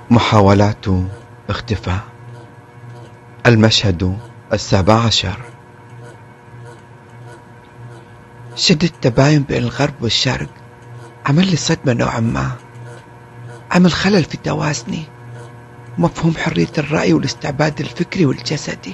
محاولات اختفاء. المشهد 17. شد التباين بين الغرب والشرق عمل لي صدمة نوعا ما، عمل خلل في توازني مفهوم حرية الرأي والاستعباد الفكري والجسدي.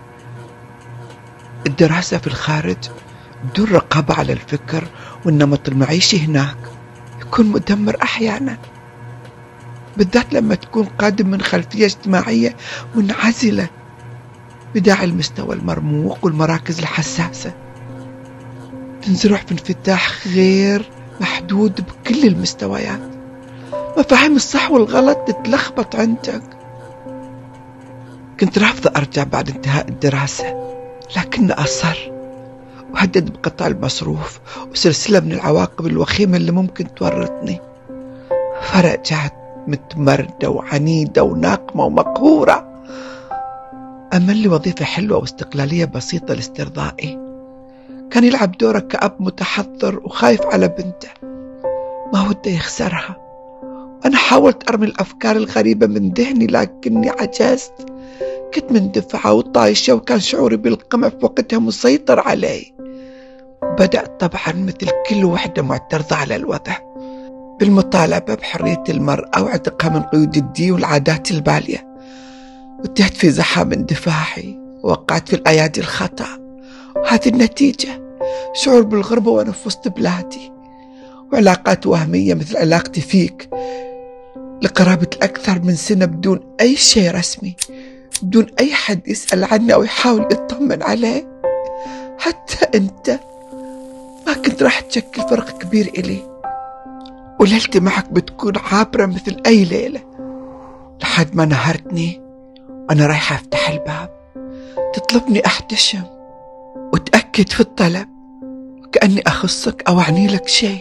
الدراسة في الخارج بدون رقابة على الفكر والنمط المعيشي هناك يكون مدمر أحيانا، بالذات لما تكون قادم من خلفية اجتماعية منعزلة بداعي المستوى المرموق والمراكز الحساسة. تنزرع في انفتاح غير محدود بكل المستويات، مفاهيم الصح والغلط تتلخبط عندك. كنت رافضة أرجع بعد انتهاء الدراسة، لكن أصر وهدد بقطع المصروف وسلسلة من العواقب الوخيمة اللي ممكن تورطني. فرجعت متمردة وعنيدة وناقمة ومقهورة. أمل لي وظيفة حلوة واستقلالية بسيطة لاسترضائي. كان يلعب دوره كأب متحضر وخايف على بنته، ما وده يخسرها. أنا حاولت أرمي الأفكار الغريبة من ذهني لكني عجزت. كنت مندفعة وطايشة وكان شعوري بالقمع في وقتها مسيطر علي. بدأت طبعا مثل كل وحدة معترضة على الوضع بالمطالبة بحرية المرأة وعتقها من قيود الدين والعادات البالية. وتهت في زحام اندفاعي ووقعت في الأيادي الخطأ، وهذه النتيجة شعور بالغربة وأنا في وسط بلادي، وعلاقات وهمية مثل علاقتي فيك لقرابة أكثر من سنة بدون أي شيء رسمي، بدون أي حد يسأل عني أو يحاول يطمن عليه. حتى أنت ما كنت راح تشكل فرق كبير إلي، وليلتي معك بتكون عابرة مثل أي ليلة، لحد ما نهرتني وأنا رايحة أفتح الباب تطلبني أحتشم وتأكد في الطلب وكأني أخصك أو أعني لك شيء.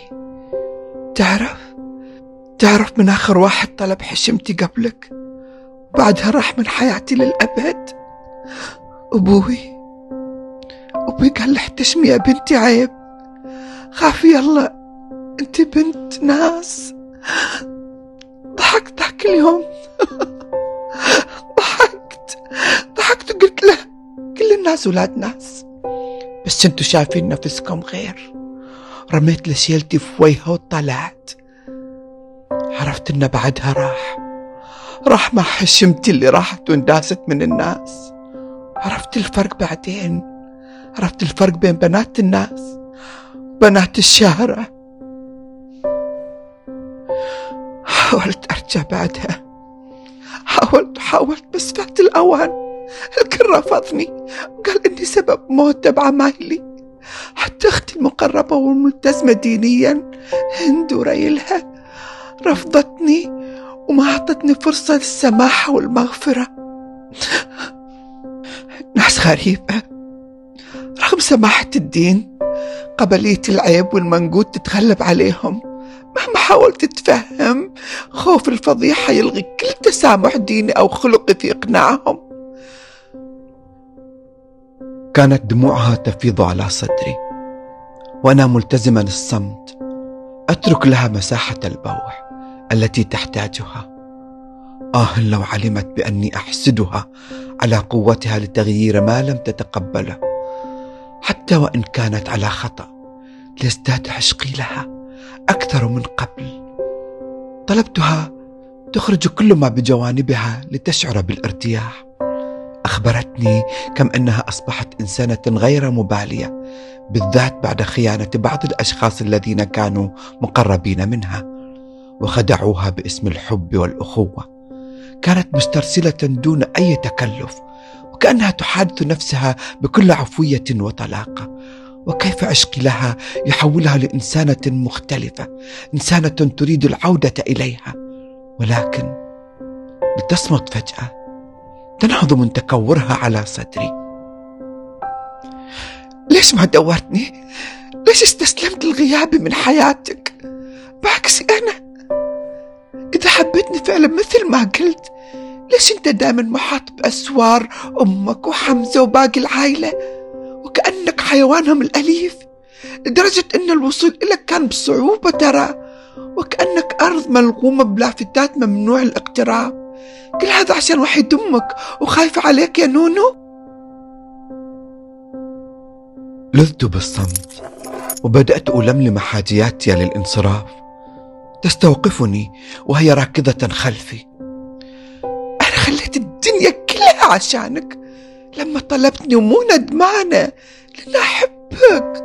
تعرف من آخر واحد طلب حشمتي قبلك وبعدها راح من حياتي للأبد؟ أبوي قال لي احتشمي يا بنتي، عيب، خافي يلا انت بنت ناس. ضحكت ذاك اليوم ضحكت وقلت له كل الناس ولاد ناس، بس انتوا شايفين نفسكم غير. رميت لشيلتي في وجهه وطلعت. عرفت انه بعدها راح مع حشمتي اللي راحت وانداست من الناس. عرفت الفرق بعدين، عرفت الفرق بين بنات الناس وبنات الشارع. حاولت أرجع بعدها، حاولت بس فات الأوان. الكل رفضني وقال إني سبب موته بعمايلي. حتى أختي المقربة والملتزمة دينيا هند وريلها رفضتني وما أعطتني فرصة للسماحة والمغفرة. ناس غريبة رغم سماحة الدين، قبلية العيب والمنقود تتغلب عليهم. مهما حاولت تتفهم، خوف الفضيحة يلغي كل تسامح ديني أو خلقي في إقناعهم. كانت دموعها تفيض على صدري وأنا ملتزما الصمت، أترك لها مساحة البوح التي تحتاجها. لو علمت بأني أحسدها على قوتها لتغيير ما لم تتقبله، حتى وإن كانت على خطأ، ليزداد عشقي لها أكثر من قبل. طلبتها تخرج كل ما بجوانبها لتشعر بالارتياح. أخبرتني كم أنها أصبحت إنسانة غير مبالية، بالذات بعد خيانة بعض الأشخاص الذين كانوا مقربين منها وخدعوها باسم الحب والأخوة. كانت مسترسلة دون أي تكلف، وكأنها تحادث نفسها بكل عفوية وطلاقة. وكيف عشقي لها يحولها لإنسانة مختلفة، إنسانة تريد العودة إليها، ولكن لتصمت فجأة، تنهض من تكورها على صدري. ليش ما دورتني؟ ليش استسلمت لغيابي من حياتك؟ بعكسي أنا إذا حبيتني فعلا مثل ما قلت، ليش أنت دائما محاط بأسوار أمك وحمزة وباقي العائلة وكأنك حيوانهم الأليف، لدرجة أن الوصول إليك كان بصعوبة ترى، وكأنك الأرض ملغومة بلافتات ممنوع الاقتراب. كل هذا عشان واحد أمك وخايفة عليك يا نونو. لذت بالصمت وبدأت ألملم حاجياتي للانصراف، تستوقفني وهي راكضة خلفي. أنا خليت الدنيا كلها عشانك لما طلبتني ومو ندمانة، لأن أحبك.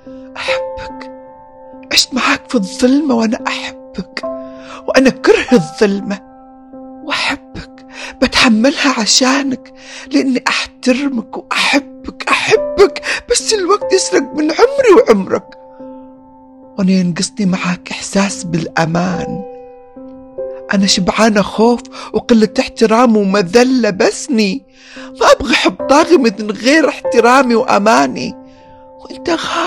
عشت معاك في الظلمة وأنا أحبك، وأنا كره الظلمة وأحبك. بتحملها عشانك لأني أحترمك وأحبك، بس الوقت يسرق من عمري وعمرك، وأنا ينقصني معاك إحساس بالأمان. أنا شبعانة خوف وقلة احترام ومذلة بسني، ما أبغى حب طاغي من غير احترامي وأماني. وأنت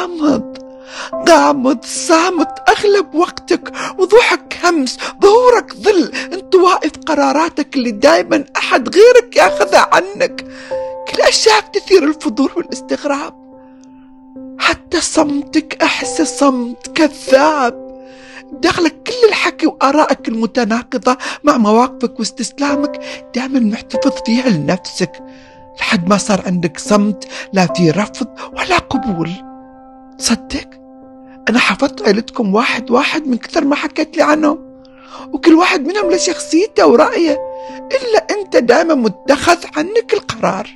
غامض صامت أغلب وقتك، وضوحك همس، ظهورك ظل، أنت واقف قراراتك اللي دايما أحد غيرك ياخذها عنك. كل أشياءك تثير الفضول والاستغراب، حتى صمتك أحس صمت كذاب. دخلك كل الحكي وآرائك المتناقضة مع مواقفك واستسلامك دائما محتفظ فيها لنفسك، لحد ما صار عندك صمت لا في رفض ولا قبول. تصدق أنا حفظت عيلتكم واحد واحد من كثر ما حكيت لي عنهم، وكل واحد منهم له شخصيته ورأيه، إلا أنت دائما متخذ عنك القرار.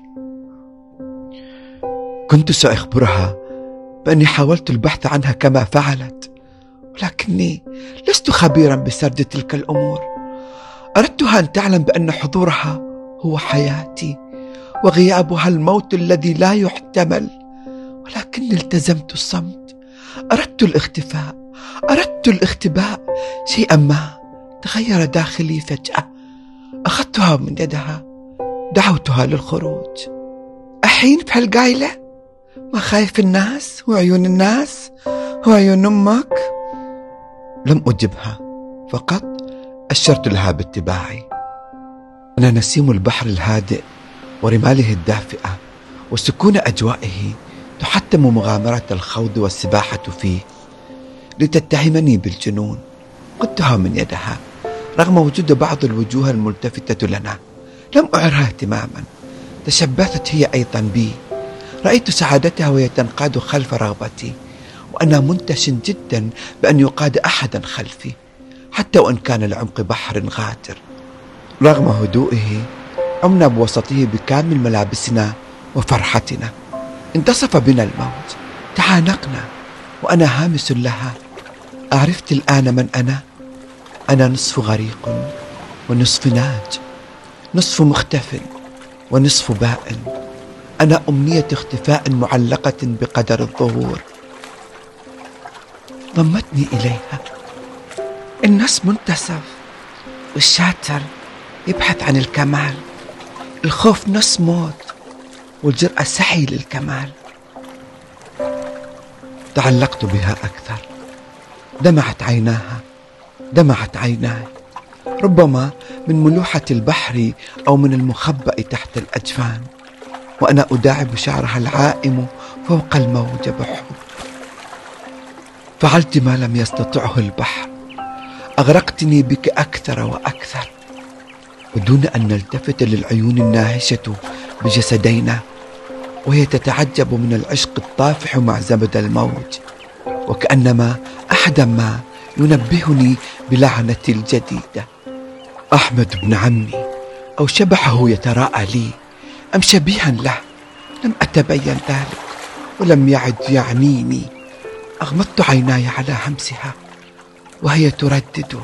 كنت سأخبرها بأني حاولت البحث عنها كما فعلت، ولكني لست خبيرا بسرد تلك الأمور. أردتها أن تعلم بأن حضورها هو حياتي وغيابها الموت الذي لا يحتمل، ولكني التزمت الصمت. أردت الاختباء، شيئا ما تغير داخلي فجأة. أخذتها من يدها، دعوتها للخروج. أحين بهالقايلة ما خايف الناس وعيون الناس وعيون أمك؟ لم أجبها، فقط أشرت لها باتباعي. أنا نسيم البحر الهادئ ورماله الدافئة وسكون أجوائه تحتم مغامرة الخوض والسباحة فيه. لتتهمني بالجنون قدتها من يدها رغم وجود بعض الوجوه الملتفتة لنا. لم أعرها اهتماما، تشبثت هي أيضا بي. رأيت سعادتها وهي تنقاد خلف رغبتي، وأنا منتش جدا بأن يقاد أحدا خلفي، حتى وإن كان لعمق بحر غادر. رغم هدوئه عمنا بوسطه بكامل ملابسنا وفرحتنا. انتصف بنا الموت، تعانقنا وأنا هامس لها. عرفت الآن من أنا نصف غريق ونصف ناج، نصف مختف ونصف بائن. أنا أمنية اختفاء معلقة بقدر الظهور. ضمتني إليها. النص منتصف، والشاطر يبحث عن الكمال. الخوف نص موت، والجرأة سعي للكمال. تعلقت بها أكثر. دمعت عيناي، ربما من ملوحة البحر أو من المخبأ تحت الأجفان، وأنا أداعب شعرها العائم فوق الموج بحب. فعلت ما لم يستطعه البحر، أغرقتني بك أكثر وأكثر، ودون أن نلتفت للعيون الناهشة بجسدينا وهي تتعجب من العشق الطافح مع زبد الموج، وكأنما أحدا ما ينبهني بلعنتي الجديدة. أحمد بن عمي أو شبحه يتراءى لي أم شبيها له، لم أتبين ذلك ولم يعد يعنيني. أغمضت عيناي على همسها وهي تردد: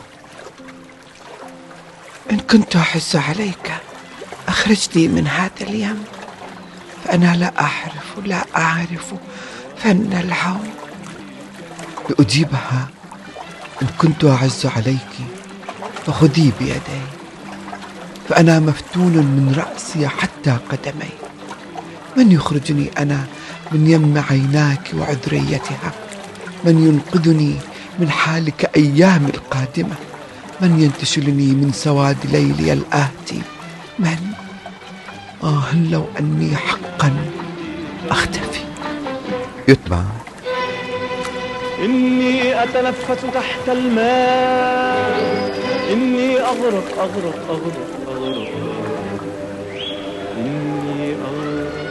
إن كنت أحس عليك أخرجني من هذا اليم، فأنا لا أعرف فن العون. لأجيبها: إن كنت أعز عليك فخذي بيدي، فأنا مفتون من رأسي حتى قدمي. من يخرجني أنا من يم عيناك وعذريتها؟ من ينقذني من حالك أيامي القادمة؟ من ينتشلني من سواد ليلي الآتي؟ من؟ لو أني حقا أختفي. يتبع إني أتنفس تحت الماء، إني أغرق أغرق أغرق أغرق، إني أغرق.